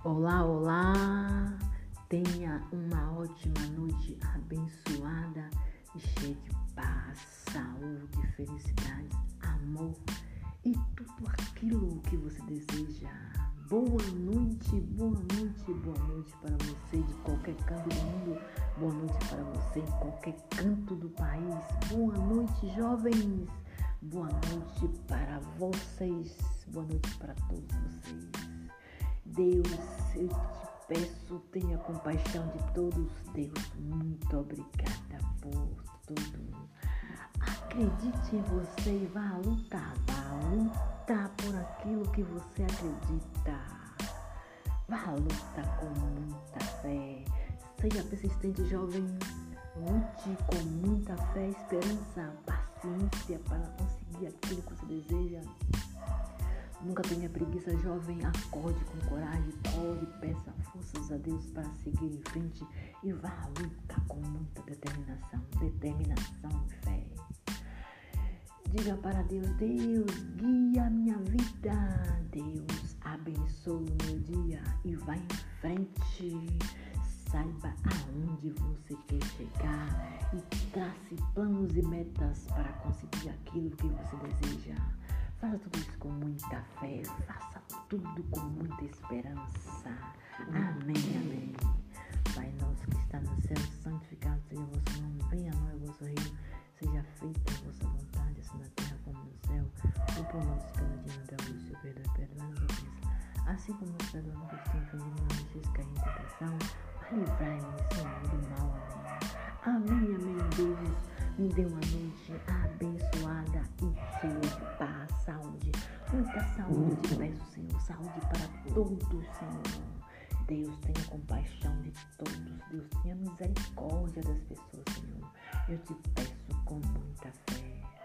Olá, olá! Tenha uma ótima noite abençoada e cheia de paz, saúde, felicidade, amor e tudo aquilo que você deseja. Boa noite, boa noite, boa noite para você de qualquer canto do mundo. Boa noite para você em qualquer canto do país. Boa noite, jovens. Boa noite para vocês. Boa noite para todos vocês. Deus, eu te peço, tenha compaixão de todos. Deus, muito obrigada por tudo. Acredite em você e vá lutar por aquilo que você acredita. Vá lutar com muita fé. Seja persistente, jovem. Lute com muita fé, esperança, paciência para conseguir aquilo que você deseja. Nunca tenha preguiça, jovem. Acorde com coragem, ore, peça forças a Deus para seguir em frente e vá lutar com muita determinação e fé. Diga para Deus: Deus, guia a minha vida. Deus, abençoe o meu dia e vá em frente. Saiba aonde você quer chegar e trace planos e metas para conseguir aquilo que você deseja. Faça tudo isso com muita fé, faça tudo com muita esperança. Amém, amém. Pai nosso que está no céu, santificado seja o vosso nome, venha a nós o vosso reino, seja feita a vossa vontade, assim na terra como no céu. O pão nosso cada dia nos dá hoje, Senhor, perdoai-nos as ofensas, assim como nós perdoamos os que têm ofendido, não nos deixeis cair em tentação, mas livrai-nos, Senhor, do mal. Amém, amém, Deus. Me dê uma noite abençoada e cheia de paz, saúde, muita saúde. Eu te peço, Senhor, saúde para todos, Senhor. Deus, tenha compaixão de todos. Deus, tenha misericórdia das pessoas, Senhor. Eu te peço com muita fé.